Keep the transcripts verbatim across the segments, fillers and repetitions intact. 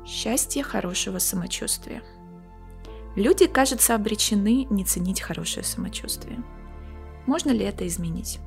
Счастье хорошего самочувствия. Люди, кажется, обречены не ценить хорошее самочувствие. Можно ли это изменить?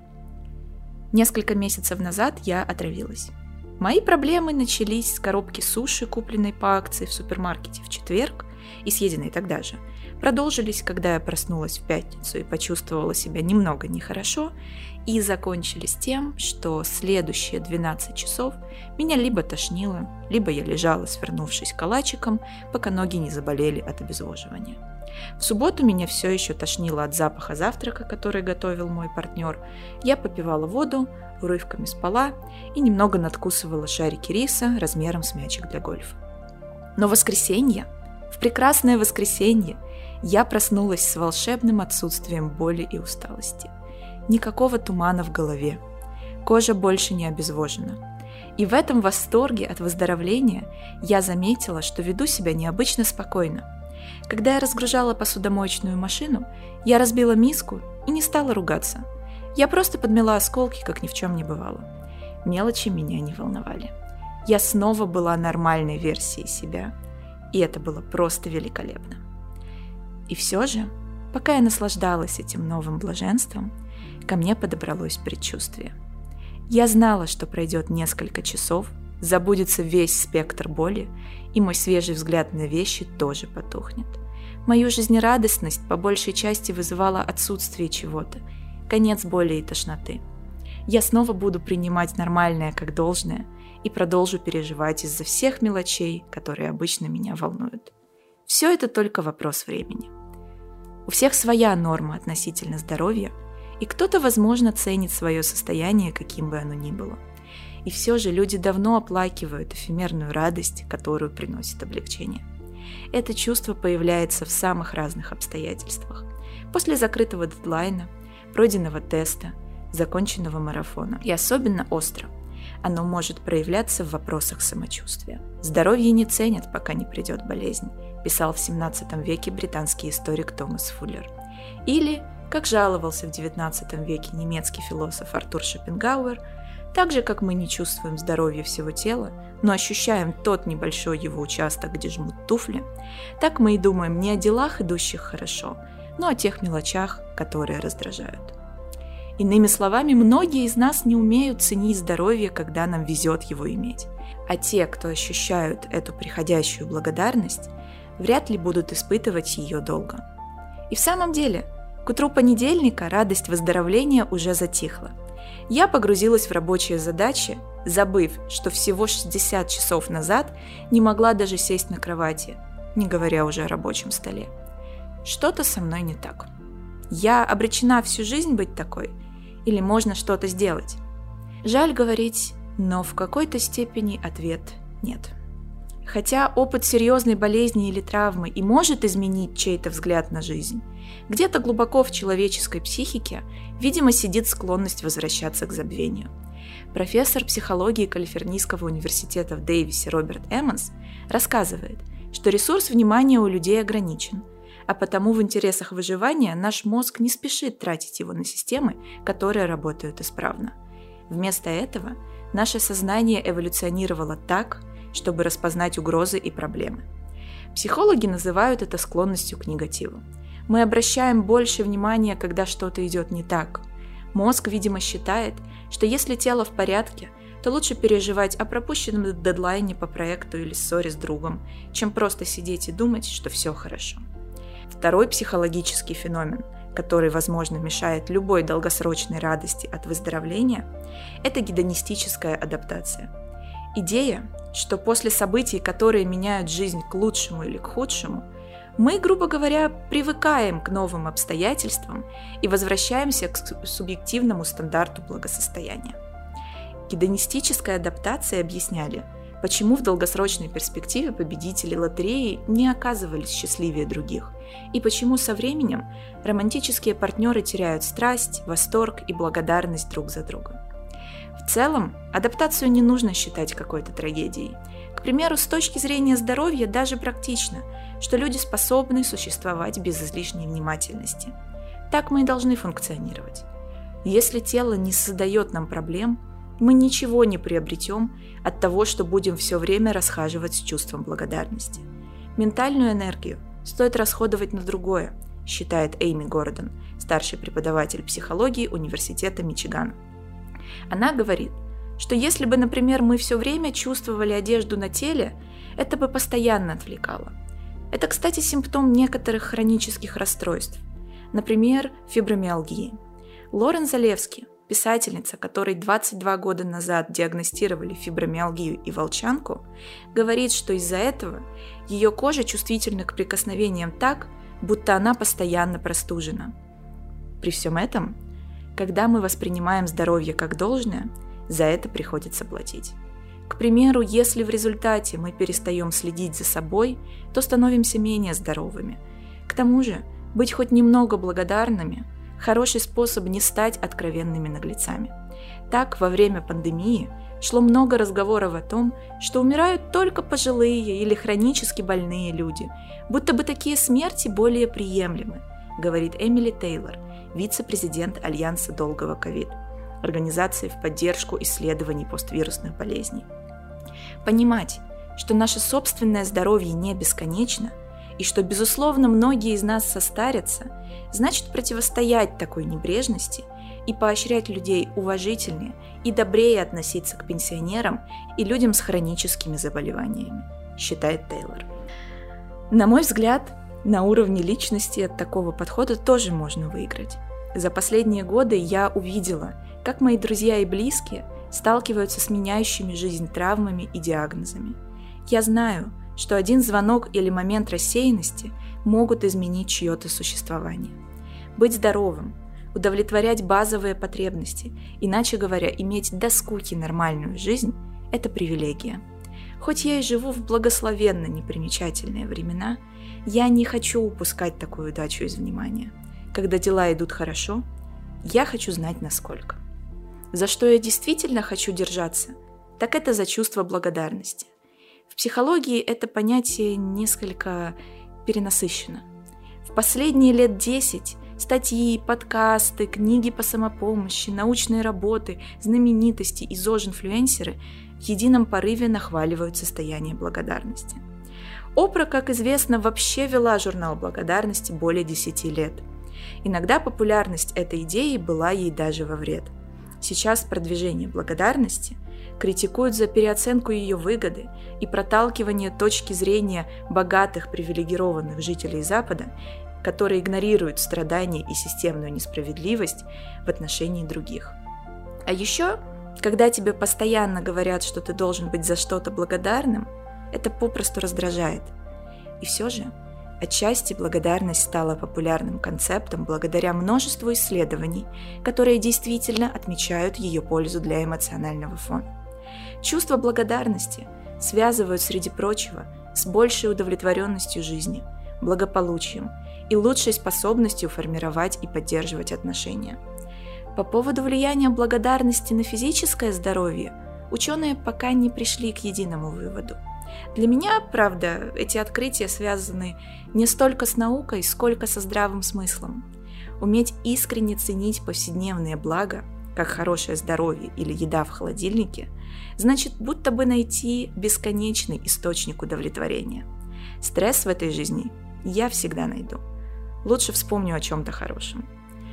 Несколько месяцев назад я отравилась. Мои проблемы начались с коробки суши, купленной по акции в супермаркете в четверг и съеденной тогда же. Продолжились, когда я проснулась в пятницу и почувствовала себя немного нехорошо, и закончились тем, что следующие двенадцать часов меня либо тошнило, либо я лежала, свернувшись калачиком, пока ноги не заболели от обезвоживания. В субботу меня все еще тошнило от запаха завтрака, который готовил мой партнер. Я попивала воду, урывками спала и немного надкусывала шарики риса размером с мячик для гольфа. Но в воскресенье, в прекрасное воскресенье, я проснулась с волшебным отсутствием боли и усталости. Никакого тумана в голове. Кожа больше не обезвожена. И в этом восторге от выздоровления я заметила, что веду себя необычно спокойно. Когда я разгружала посудомоечную машину, я разбила миску и не стала ругаться. Я просто подмела осколки, как ни в чем не бывало. Мелочи меня не волновали. Я снова была нормальной версией себя, и это было просто великолепно. И все же, пока я наслаждалась этим новым блаженством, ко мне подобралось предчувствие. Я знала, что пройдет несколько часов, забудется весь спектр боли, и мой свежий взгляд на вещи тоже потухнет. Мою жизнерадостность по большей части вызывала отсутствие чего-то, конец боли и тошноты. Я снова буду принимать нормальное как должное и продолжу переживать из-за всех мелочей, которые обычно меня волнуют. Все это только вопрос времени. У всех своя норма относительно здоровья, и кто-то, возможно, ценит свое состояние, каким бы оно ни было. И все же люди давно оплакивают эфемерную радость, которую приносит облегчение. Это чувство появляется в самых разных обстоятельствах. После закрытого дедлайна, пройденного теста, законченного марафона. И особенно остро оно может проявляться в вопросах самочувствия. Здоровье не ценят, пока не придет болезнь, писал в семнадцатом веке британский историк Томас Фуллер. Или, как жаловался в девятнадцатом веке немецкий философ Артур Шопенгауэр, так же, как мы не чувствуем здоровья всего тела, но ощущаем тот небольшой его участок, где жмут туфли, так мы и думаем не о делах, идущих хорошо, но о тех мелочах, которые раздражают. Иными словами, многие из нас не умеют ценить здоровье, когда нам везет его иметь. А те, кто ощущают эту приходящую благодарность, вряд ли будут испытывать ее долго. И в самом деле, к утру понедельника радость выздоровления уже затихла. Я погрузилась в рабочие задачи, забыв, что всего шестьдесят часов назад не могла даже сесть на кровати, не говоря уже о рабочем столе. Что-то со мной не так. Я обречена всю жизнь быть такой? Или можно что-то сделать? Жаль говорить, но в какой-то степени ответ нет. Хотя опыт серьезной болезни или травмы и может изменить чей-то взгляд на жизнь, где-то глубоко в человеческой психике, видимо, сидит склонность возвращаться к забвению. Профессор психологии Калифорнийского университета в Дэвисе Роберт Эммонс рассказывает, что ресурс внимания у людей ограничен, а потому в интересах выживания наш мозг не спешит тратить его на системы, которые работают исправно. Вместо этого наше сознание эволюционировало так, чтобы распознать угрозы и проблемы. Психологи называют это склонностью к негативу. Мы обращаем больше внимания, когда что-то идет не так. Мозг, видимо, считает, что если тело в порядке, то лучше переживать о пропущенном дедлайне по проекту или ссоре с другом, чем просто сидеть и думать, что все хорошо. Второй психологический феномен, который, возможно, мешает любой долгосрочной радости от выздоровления, это гедонистическая адаптация. Идея, что после событий, которые меняют жизнь к лучшему или к худшему, мы, грубо говоря, привыкаем к новым обстоятельствам и возвращаемся к субъективному стандарту благосостояния. Гедонистической адаптацией объясняли, почему в долгосрочной перспективе победители лотереи не оказывались счастливее других, и почему со временем романтические партнеры теряют страсть, восторг и благодарность друг за друга. В целом, адаптацию не нужно считать какой-то трагедией. К примеру, с точки зрения здоровья даже практично, что люди способны существовать без излишней внимательности. Так мы и должны функционировать. Если тело не создает нам проблем, Мы ничего не приобретем от того, что будем все время расхаживать с чувством благодарности. Ментальную энергию стоит расходовать на другое, считает Эйми Гордон, старший преподаватель психологии Университета Мичигана. Она говорит, что если бы, например, мы все время чувствовали одежду на теле, это бы постоянно отвлекало. Это, кстати, симптом некоторых хронических расстройств, например, фибромиалгии. Лорен Залевски, писательница, которой двадцать два года назад диагностировали фибромиалгию и волчанку, говорит, что из-за этого ее кожа чувствительна к прикосновениям так, будто она постоянно простужена. При всем этом, когда мы воспринимаем здоровье как должное, за это приходится платить. К примеру, если в результате мы перестаем следить за собой, то становимся менее здоровыми. К тому же, быть хоть немного благодарными – хороший способ не стать откровенными наглецами. Так, во время пандемии шло много разговоров о том, что умирают только пожилые или хронически больные люди, будто бы такие смерти более приемлемы, говорит Эмили Тейлор, вице-президент Альянса долгого ковид, организации в поддержку исследований поствирусных болезней. Понимать, что наше собственное здоровье не бесконечно, и что, безусловно, многие из нас состарятся, значит противостоять такой небрежности и поощрять людей уважительнее и добрее относиться к пенсионерам и людям с хроническими заболеваниями, считает Тейлор. На мой взгляд, на уровне личности от такого подхода тоже можно выиграть. За последние годы я увидела, как мои друзья и близкие сталкиваются с меняющими жизнь травмами и диагнозами. Я знаю, что один звонок или момент рассеянности могут изменить чье-то существование. Быть здоровым, удовлетворять базовые потребности, иначе говоря, иметь до скуки нормальную жизнь – это привилегия. Хоть я и живу в благословенно непримечательные времена, я не хочу упускать такую удачу из внимания. Когда дела идут хорошо, я хочу знать насколько. За что я действительно хочу держаться, так это за чувство благодарности. В психологии это понятие несколько перенасыщено. В последние лет десять статьи, подкасты, книги по самопомощи, научные работы, знаменитости и зож-инфлюенсеры в едином порыве нахваливают состояние благодарности. Опра, как известно, вообще вела журнал благодарности более десяти лет. Иногда популярность этой идеи была ей даже во вред. Сейчас продвижение благодарности критикуют за переоценку ее выгоды и проталкивание точки зрения богатых привилегированных жителей Запада, которые игнорируют страдания и системную несправедливость в отношении других. А еще, когда тебе постоянно говорят, что ты должен быть за что-то благодарным, это попросту раздражает. И все же, отчасти благодарность стала популярным концептом благодаря множеству исследований, которые действительно отмечают ее пользу для эмоционального фона. Чувство благодарности связывают, среди прочего, с большей удовлетворенностью жизни, благополучием и лучшей способностью формировать и поддерживать отношения. По поводу влияния благодарности на физическое здоровье ученые пока не пришли к единому выводу. Для меня, правда, эти открытия связаны не столько с наукой, сколько со здравым смыслом. Уметь искренне ценить повседневные блага, как хорошее здоровье или еда в холодильнике, значит будто бы найти бесконечный источник удовлетворения. Стресс в этой жизни я всегда найду. Лучше вспомню о чем-то хорошем.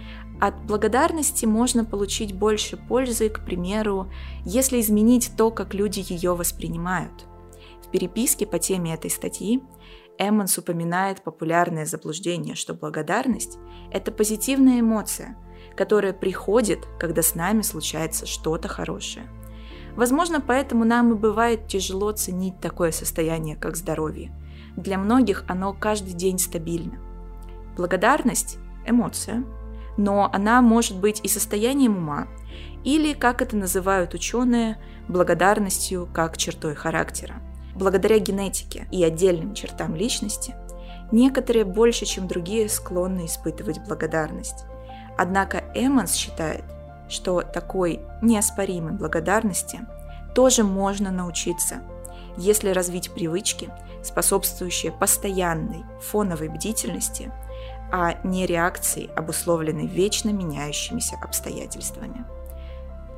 От благодарности можно получить больше пользы, к примеру, если изменить то, как люди ее воспринимают. В переписке по теме этой статьи Эммонс упоминает популярное заблуждение, что благодарность – это позитивная эмоция, которая приходит, когда с нами случается что-то хорошее. Возможно, поэтому нам и бывает тяжело ценить такое состояние, как здоровье. Для многих оно каждый день стабильно. Благодарность – эмоция, но она может быть и состоянием ума, или, как это называют ученые, благодарностью как чертой характера. Благодаря генетике и отдельным чертам личности, некоторые больше, чем другие, склонны испытывать благодарность. Однако Эммонс считает, что такой неоспоримой благодарности тоже можно научиться, если развить привычки, способствующие постоянной фоновой бдительности, а не реакции, обусловленной вечно меняющимися обстоятельствами.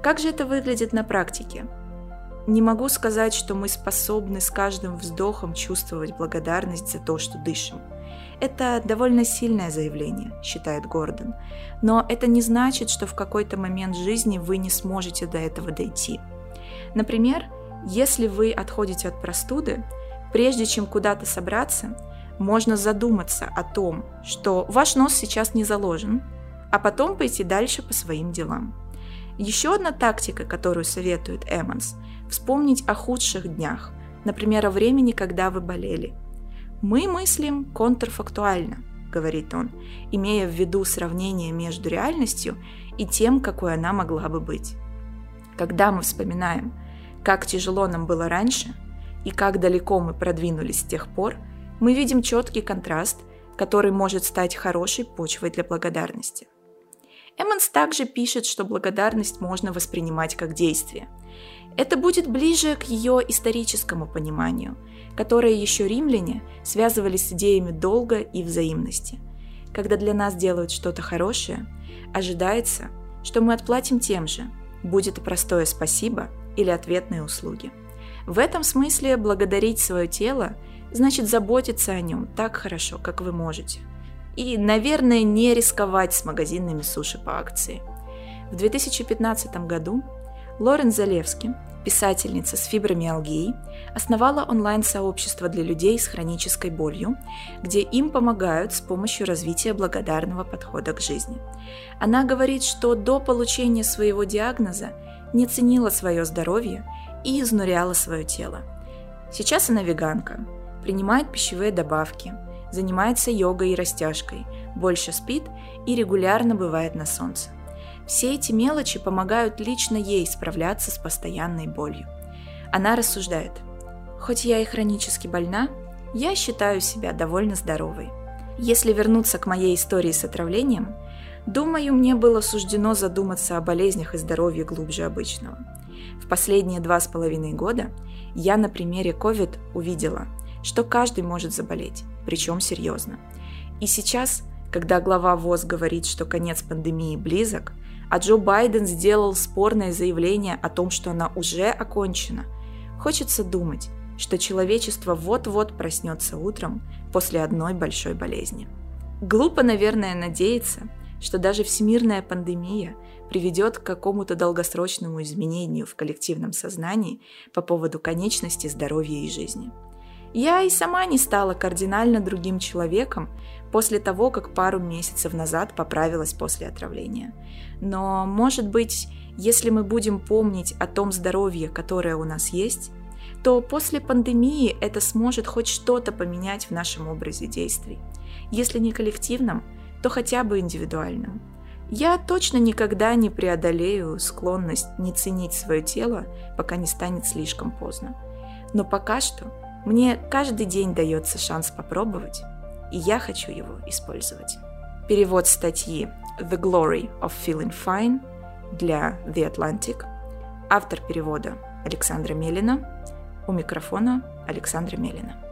Как же это выглядит на практике? Не могу сказать, что мы способны с каждым вздохом чувствовать благодарность за то, что дышим. Это довольно сильное заявление, считает Гордон, но это не значит, что в какой-то момент жизни вы не сможете до этого дойти. Например, если вы отходите от простуды, прежде чем куда-то собраться, можно задуматься о том, что ваш нос сейчас не заложен, а потом пойти дальше по своим делам. Еще одна тактика, которую советует Эммонс – вспомнить о худших днях, например, о времени, когда вы болели. «Мы мыслим контрфактуально», – говорит он, имея в виду сравнение между реальностью и тем, какой она могла бы быть. Когда мы вспоминаем, как тяжело нам было раньше и как далеко мы продвинулись с тех пор, мы видим четкий контраст, который может стать хорошей почвой для благодарности. Эммонс также пишет, что благодарность можно воспринимать как действие. Это будет ближе к ее историческому пониманию, которое еще римляне связывали с идеями долга и взаимности. Когда для нас делают что-то хорошее, ожидается, что мы отплатим тем же, будет простое спасибо или ответные услуги. В этом смысле благодарить свое тело значит заботиться о нем так хорошо, как вы можете. И, наверное, не рисковать с магазинными суши по акции. В две тысячи пятнадцатом году Лорен Залевски, писательница с фибромиалгией, основала онлайн-сообщество для людей с хронической болью, где им помогают с помощью развития благодарного подхода к жизни. Она говорит, что до получения своего диагноза не ценила свое здоровье и изнуряла свое тело. Сейчас она веганка, принимает пищевые добавки, занимается йогой и растяжкой, больше спит и регулярно бывает на солнце. Все эти мелочи помогают лично ей справляться с постоянной болью. Она рассуждает: «Хоть я и хронически больна, я считаю себя довольно здоровой. Если вернуться к моей истории с отравлением, думаю, мне было суждено задуматься о болезнях и здоровье глубже обычного. В последние два с половиной года я на примере ковид увидела, что каждый может заболеть, причем серьезно. И сейчас, когда глава ВОЗ говорит, что конец пандемии близок, а Джо Байден сделал спорное заявление о том, что она уже окончена, хочется думать, что человечество вот-вот проснется утром после одной большой болезни. Глупо, наверное, надеяться, что даже всемирная пандемия приведет к какому-то долгосрочному изменению в коллективном сознании по поводу конечности здоровья и жизни. Я и сама не стала кардинально другим человеком после того, как пару месяцев назад поправилась после отравления. Но, может быть, если мы будем помнить о том здоровье, которое у нас есть, то после пандемии это сможет хоть что-то поменять в нашем образе действий. Если не коллективном, то хотя бы индивидуальном. Я точно никогда не преодолею склонность не ценить свое тело, пока не станет слишком поздно. Но пока что мне каждый день дается шанс попробовать, и я хочу его использовать. Перевод статьи «The Glory of Feeling Fine» для The Atlantic. Автор перевода Александра Мелина. У микрофона Александра Мелина.